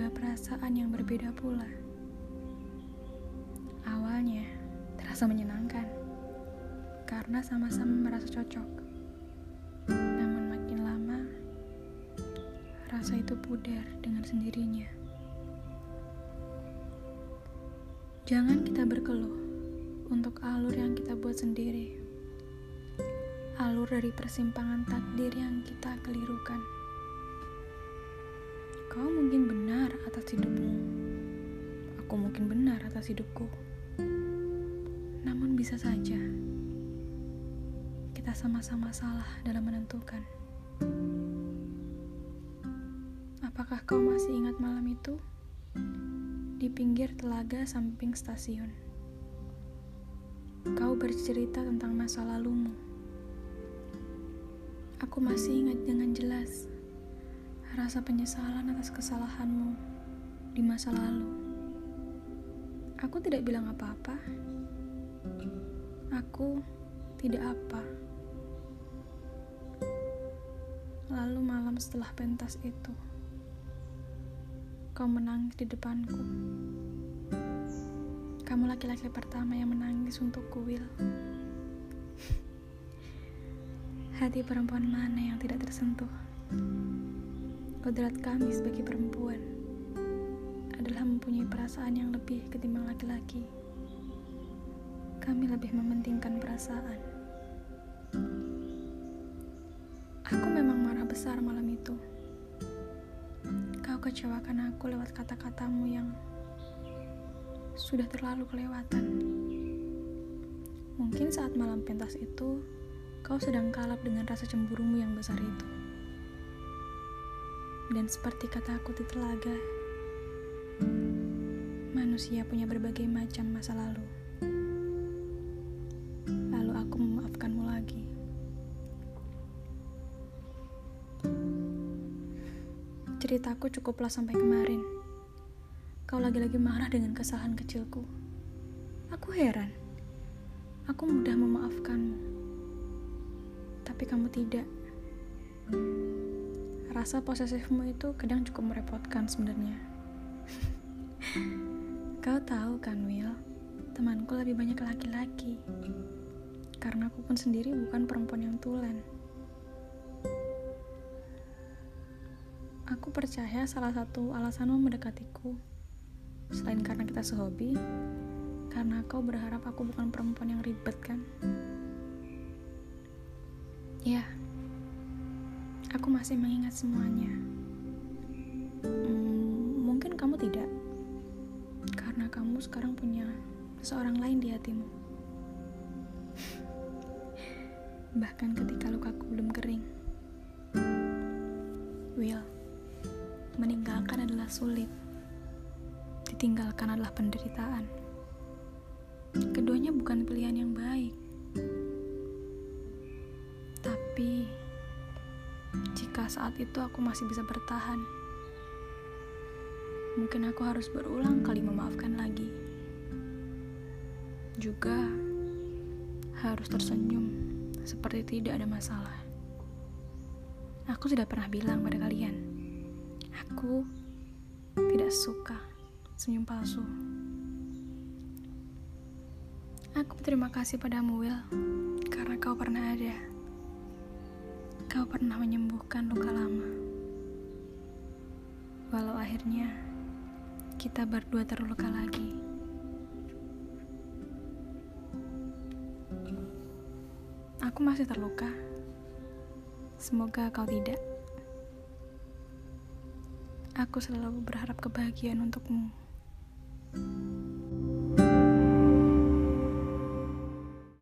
dua perasaan yang berbeda pula. Awalnya terasa menyenangkan karena sama-sama merasa cocok. Namun makin lama, rasa itu pudar dengan sendirinya. Jangan kita berkeluh untuk alur yang kita buat sendiri. Alur dari persimpangan takdir yang kita kelirukan. Kau mungkin benar atas hidupmu. Aku mungkin benar atas hidupku. Namun bisa saja kita sama-sama salah dalam menentukan. Apakah kau masih ingat malam itu? Di pinggir telaga samping stasiun. Kau bercerita tentang masa lalumu. Aku masih ingat dengan jelas rasa penyesalan atas kesalahanmu di masa lalu. Aku tidak bilang apa-apa. Aku tidak apa. Lalu malam setelah pentas itu, kau menangis di depanku. Kamu laki-laki pertama yang menangis untukku, Will. Hati perempuan mana yang tidak tersentuh? Kodrat kami sebagai perempuan adalah mempunyai perasaan yang lebih ketimbang laki-laki. Kami lebih mementingkan perasaan. Aku memang marah besar malam itu. Kau kecewakan aku lewat kata-katamu yang sudah terlalu kelewatan. Mungkin saat malam pentas itu, kau sedang kalap dengan rasa cemburumu yang besar itu. Dan seperti kataku di telaga, manusia punya berbagai macam masa lalu. Lalu aku memaafkanmu lagi. Ceritaku cukuplah sampai kemarin. Kau lagi-lagi marah dengan kesalahan kecilku. Aku heran. Aku mudah memaafkanmu. Tapi kamu tidak. Rasa posesifmu itu kadang cukup merepotkan sebenarnya. Kau tahu kan, Will, temanku lebih banyak laki-laki. Karena aku pun sendiri bukan perempuan yang tulen. Aku percaya salah satu alasanmu mendekatiku, selain karena kita sehobi, karena kau berharap aku bukan perempuan yang ribet, kan? Ya, aku masih mengingat semuanya. Mungkin kamu tidak, karena kamu sekarang punya seseorang lain di hatimu. Bahkan ketika lukaku belum kering. Will, meninggalkan adalah sulit. Ditinggalkan adalah penderitaan. Keduanya bukan pilihan yang baik. Tapi jika saat itu aku masih bisa bertahan, mungkin aku harus berulang kali memaafkan lagi. Juga harus tersenyum seperti tidak ada masalah. Aku sudah pernah bilang pada kalian, aku tidak suka senyum palsu. Aku berterima kasih padamu, Will, karena kau pernah ada. Kau pernah menyembuhkan luka lama. Walau akhirnya kita berdua terluka lagi. Aku masih terluka. Semoga kau tidak. Aku selalu berharap kebahagiaan untukmu.